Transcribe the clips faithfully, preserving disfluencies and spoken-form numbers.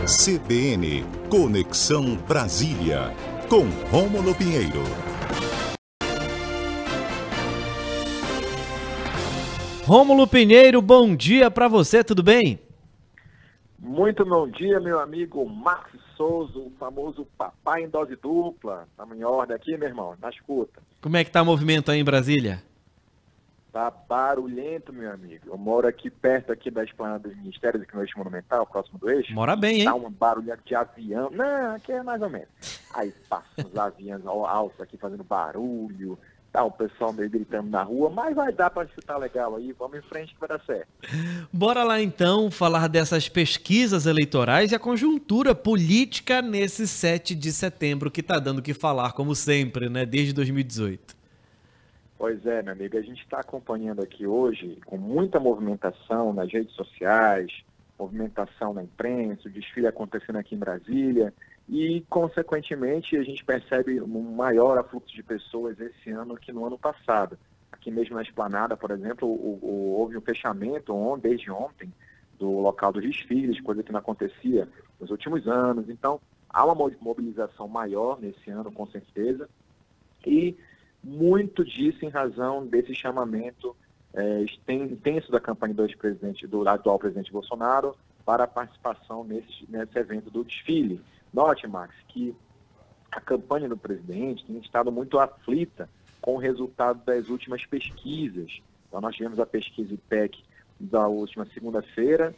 C B N Conexão Brasília, com Rômulo Pinheiro. Rômulo Pinheiro, bom dia para você, tudo bem? Muito bom dia, meu amigo Max Souza, o famoso papai em dose dupla. Estamos em ordem aqui, meu irmão, na escuta. Como é que tá o movimento aí em Brasília? Tá barulhento, meu amigo. Eu moro aqui perto aqui da esplanada dos ministérios, aqui no Eixo Monumental, próximo do Eixo. Mora bem, hein? Tá uma barulha de avião. Não, aqui é mais ou menos. Aí passa uns aviões altos aqui fazendo barulho. Tá o pessoal meio gritando na rua, mas vai dar para escutar legal aí. Vamos em frente que vai dar certo. Bora lá então falar dessas pesquisas eleitorais e a conjuntura política nesse sete de setembro, que tá dando o que falar, como sempre, né? Desde dois mil e dezoito. Pois é, meu amigo, a gente está acompanhando aqui hoje com muita movimentação nas redes sociais, movimentação na imprensa, o desfile acontecendo aqui em Brasília e, consequentemente, a gente percebe um maior afluxo de pessoas esse ano que no ano passado. Aqui mesmo na Esplanada, por exemplo, o, o, houve um fechamento on, desde ontem do local dos desfiles, coisa que não acontecia nos últimos anos. Então, há uma mobilização maior nesse ano, com certeza, e muito disso em razão desse chamamento é, intenso da campanha do ex-presidente, do atual presidente Bolsonaro, para a participação nesse, nesse evento do desfile. Note, Max, que a campanha do presidente tem estado muito aflita com o resultado das últimas pesquisas. Então, nós tivemos a pesquisa I P E C da última segunda-feira,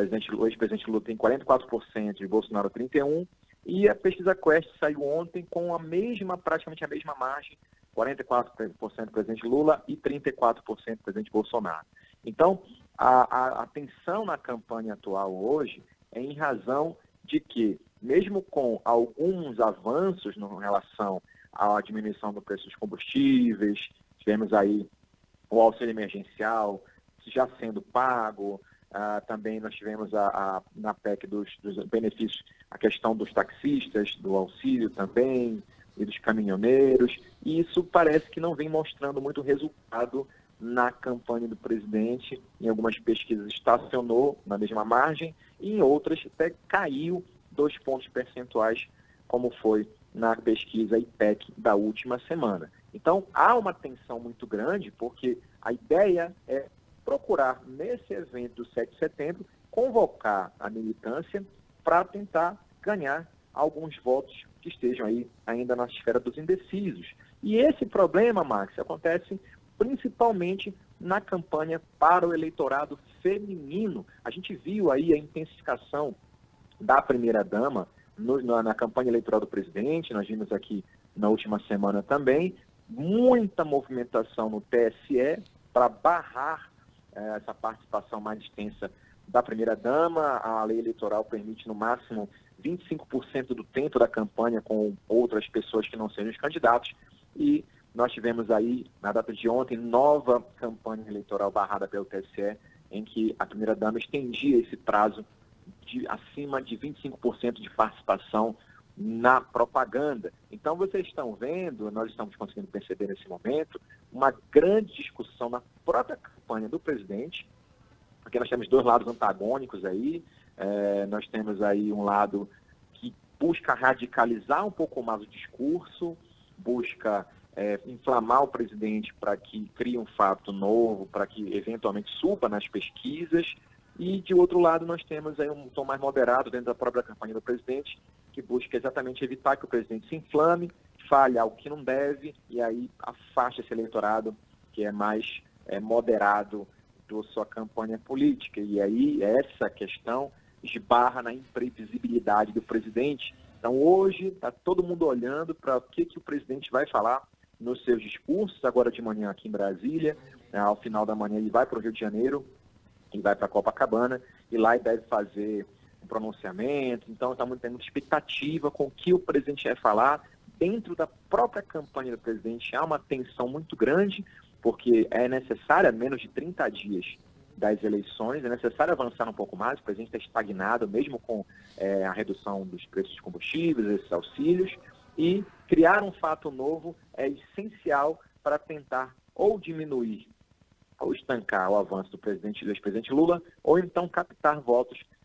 o ex-presidente Lula tem quarenta e quatro por cento e Bolsonaro trinta e um por cento, e a pesquisa Quest saiu ontem com a mesma, praticamente a mesma margem, quarenta e quatro por cento do presidente Lula e trinta e quatro por cento do presidente Bolsonaro. Então, a, a, a tensão na campanha atual hoje é em razão de que, mesmo com alguns avanços em relação à diminuição do preço dos combustíveis, tivemos aí o auxílio emergencial já sendo pago, uh, também nós tivemos a, a, na P E C dos, dos benefícios, a questão dos taxistas, do auxílio também, e dos caminhoneiros, e isso parece que não vem mostrando muito resultado na campanha do presidente. Em algumas pesquisas estacionou na mesma margem, e em outras até caiu dois pontos percentuais, como foi na pesquisa I P E C da última semana. Então, há uma tensão muito grande, porque a ideia é procurar, nesse evento do sete de setembro, convocar a militância para tentar ganhar alguns votos que estejam aí ainda na esfera dos indecisos. E esse problema, Max, acontece principalmente na campanha para o eleitorado feminino. A gente viu aí a intensificação da primeira-dama na, na campanha eleitoral do presidente, nós vimos aqui na última semana também, muita movimentação no T S E para barrar eh, essa participação mais extensa da primeira-dama. A lei eleitoral permite no máximo vinte e cinco por cento do tempo da campanha com outras pessoas que não sejam os candidatos, e nós tivemos aí, na data de ontem, nova campanha eleitoral barrada pelo T S E, em que a primeira-dama estendia esse prazo de acima de vinte e cinco por cento de participação na propaganda. Então, vocês estão vendo, nós estamos conseguindo perceber nesse momento, uma grande discussão na própria campanha do presidente, porque nós temos dois lados antagônicos aí. É, nós temos aí um lado que busca radicalizar um pouco mais o discurso, busca é, inflamar o presidente para que crie um fato novo, para que eventualmente suba nas pesquisas, e de outro lado nós temos aí um tom mais moderado dentro da própria campanha do presidente, que busca exatamente evitar que o presidente se inflame, fale algo que não deve, e aí afaste esse eleitorado que é mais é, moderado da sua campanha política. E aí essa questão esbarra na imprevisibilidade do presidente. Então hoje está todo mundo olhando para o que, que o presidente vai falar nos seus discursos, agora de manhã aqui em Brasília, né, ao final da manhã ele vai para o Rio de Janeiro, ele vai para Copacabana, e lá ele deve fazer um pronunciamento. Então está muito, tem muita expectativa com o que o presidente vai falar. Dentro da própria campanha do presidente há uma tensão muito grande, porque é necessário, menos de trinta dias das eleições, é necessário avançar um pouco mais. O presidente está estagnado, mesmo com é, a redução dos preços dos combustíveis, esses auxílios, e criar um fato novo é essencial para tentar ou diminuir ou estancar o avanço do presidente do ex-presidente Lula, ou então captar votos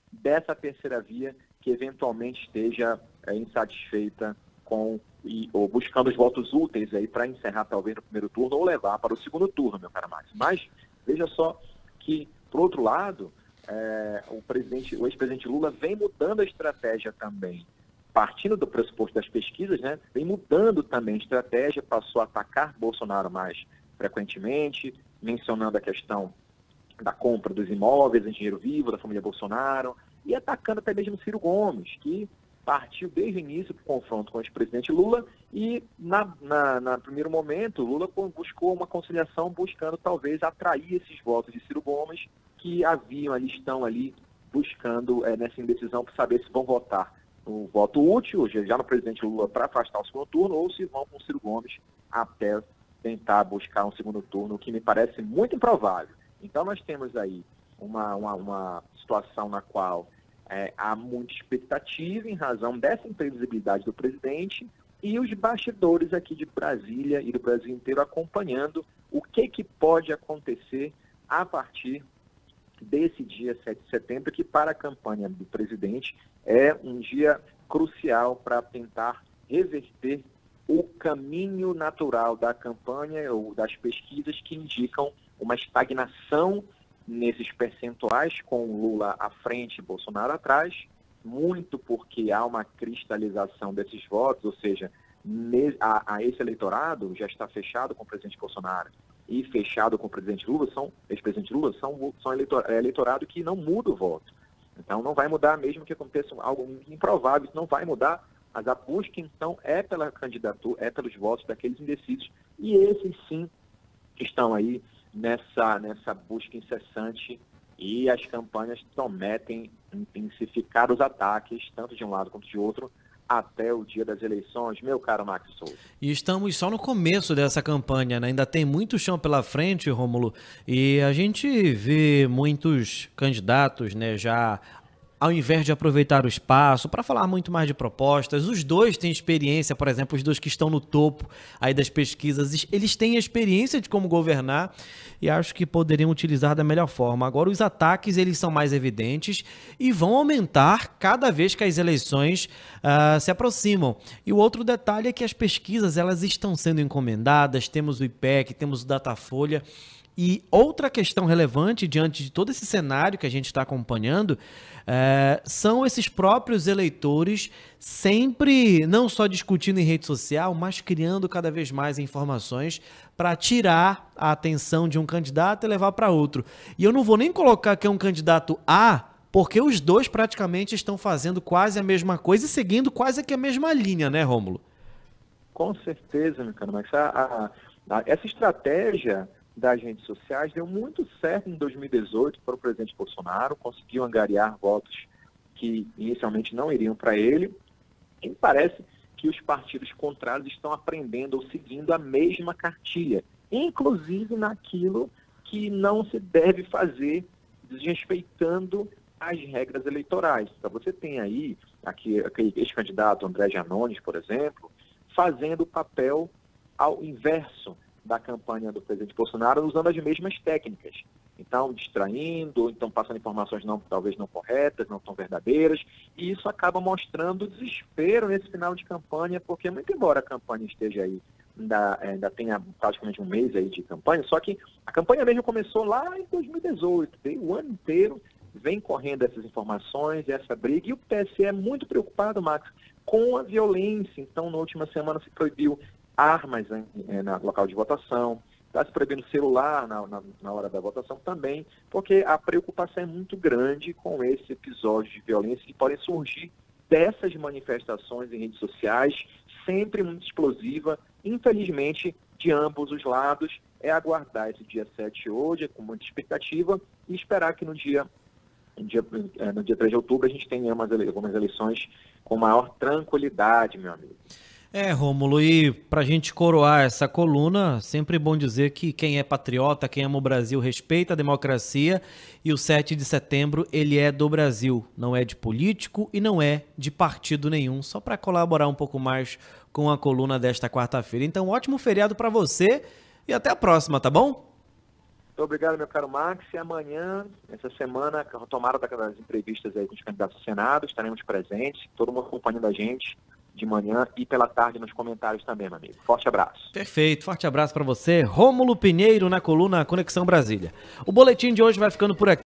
dessa terceira via que eventualmente esteja é, insatisfeita com e, ou buscando os votos úteis aí para encerrar talvez no primeiro turno ou levar para o segundo turno, meu caro Max. Mas veja só que, por outro lado, é, o presidente, o ex-presidente Lula vem mudando a estratégia também. Partindo do pressuposto das pesquisas, né, vem mudando também a estratégia, passou a atacar Bolsonaro mais frequentemente, mencionando a questão da compra dos imóveis em dinheiro vivo da família Bolsonaro, e atacando até mesmo Ciro Gomes, que partiu desde o início do confronto com o ex-presidente Lula e, na, na, na primeiro momento, Lula buscou uma conciliação buscando talvez atrair esses votos de Ciro Gomes que haviam ali, estão ali buscando é, nessa indecisão para saber se vão votar no voto útil, já no presidente Lula, para afastar o segundo turno, ou se vão com Ciro Gomes até tentar buscar um segundo turno, o que me parece muito improvável. Então nós temos aí uma, uma, uma situação na qual é, há muita expectativa em razão dessa imprevisibilidade do presidente e os bastidores aqui de Brasília e do Brasil inteiro acompanhando o que, que pode acontecer a partir desse dia sete de setembro, que para a campanha do presidente é um dia crucial para tentar reverter o caminho natural da campanha ou das pesquisas que indicam uma estagnação nesses percentuais, com Lula à frente e Bolsonaro atrás, muito porque há uma cristalização desses votos, ou seja, a, a esse eleitorado já está fechado com o presidente Bolsonaro e fechado com o presidente Lula, são, ex-presidente Lula, são, são eleitor, é eleitorado que não muda o voto. Então não vai mudar, mesmo que aconteça algo improvável, isso não vai mudar, mas a busca então é pela candidatura, é pelos votos daqueles indecisos, e esses sim estão aí nessa, nessa busca incessante, e as campanhas prometem intensificar os ataques, tanto de um lado quanto de outro, até o dia das eleições, meu caro Max Souza. E estamos só no começo dessa campanha, né? Ainda tem muito chão pela frente, Rômulo, e a gente vê muitos candidatos, né, já ao invés de aproveitar o espaço para falar muito mais de propostas. Os dois têm experiência, por exemplo, os dois que estão no topo aí das pesquisas, eles têm a experiência de como governar e acho que poderiam utilizar da melhor forma. Agora, os ataques, eles são mais evidentes e vão aumentar cada vez que as eleições uh, se aproximam. E o outro detalhe é que as pesquisas, elas estão sendo encomendadas, temos o I P E C, temos o Datafolha. E outra questão relevante diante de todo esse cenário que a gente está acompanhando é, são esses próprios eleitores sempre não só discutindo em rede social, mas criando cada vez mais informações para tirar a atenção de um candidato e levar para outro. E eu não vou nem colocar que é um candidato A, porque os dois praticamente estão fazendo quase a mesma coisa e seguindo quase que a mesma linha, né, Rômulo? Com certeza, meu caro Max. A, a, a, essa estratégia das redes sociais deu muito certo em dois mil e dezoito para o presidente Bolsonaro, conseguiu angariar votos que inicialmente não iriam para ele, e parece que os partidos contrários estão aprendendo ou seguindo a mesma cartilha, inclusive naquilo que não se deve fazer, desrespeitando as regras eleitorais. Então você tem aí aqui, aquele ex-candidato André Janones, por exemplo, fazendo o papel ao inverso da campanha do presidente Bolsonaro, usando as mesmas técnicas. Então, distraindo, ou então passando informações não, talvez não corretas, não tão verdadeiras, e isso acaba mostrando desespero nesse final de campanha, porque muito embora a campanha esteja aí, ainda, ainda tenha praticamente um mês aí de campanha, só que a campanha mesmo começou lá em dois mil e dezoito, o ano inteiro vem correndo essas informações, essa briga, e o P S E é muito preocupado, Max, com a violência. Então, na última semana se proibiu armas em, em, no local de votação, está se proibindo celular na, na, na hora da votação também, porque a preocupação é muito grande com esse episódio de violência que podem surgir dessas manifestações em redes sociais, sempre muito explosiva, infelizmente, de ambos os lados. É aguardar esse dia sete hoje, com muita expectativa, e esperar que no dia, no dia, no dia três de outubro a gente tenha umas ele, algumas eleições com maior tranquilidade, meu amigo. É, Rômulo, e pra gente coroar essa coluna, sempre bom dizer que quem é patriota, quem ama o Brasil, respeita a democracia, e o sete de setembro ele é do Brasil, não é de político e não é de partido nenhum, só para colaborar um pouco mais com a coluna desta quarta-feira. Então, ótimo feriado para você e até a próxima, tá bom? Muito obrigado, meu caro Max. E amanhã, essa semana, a retomada das entrevistas aí com os candidatos ao Senado, estaremos presentes, todo mundo acompanhando a gente de manhã e pela tarde nos comentários também, meu amigo. Forte abraço. Perfeito, forte abraço para você. Rômulo Pinheiro na coluna Conexão Brasília. O boletim de hoje vai ficando por aqui.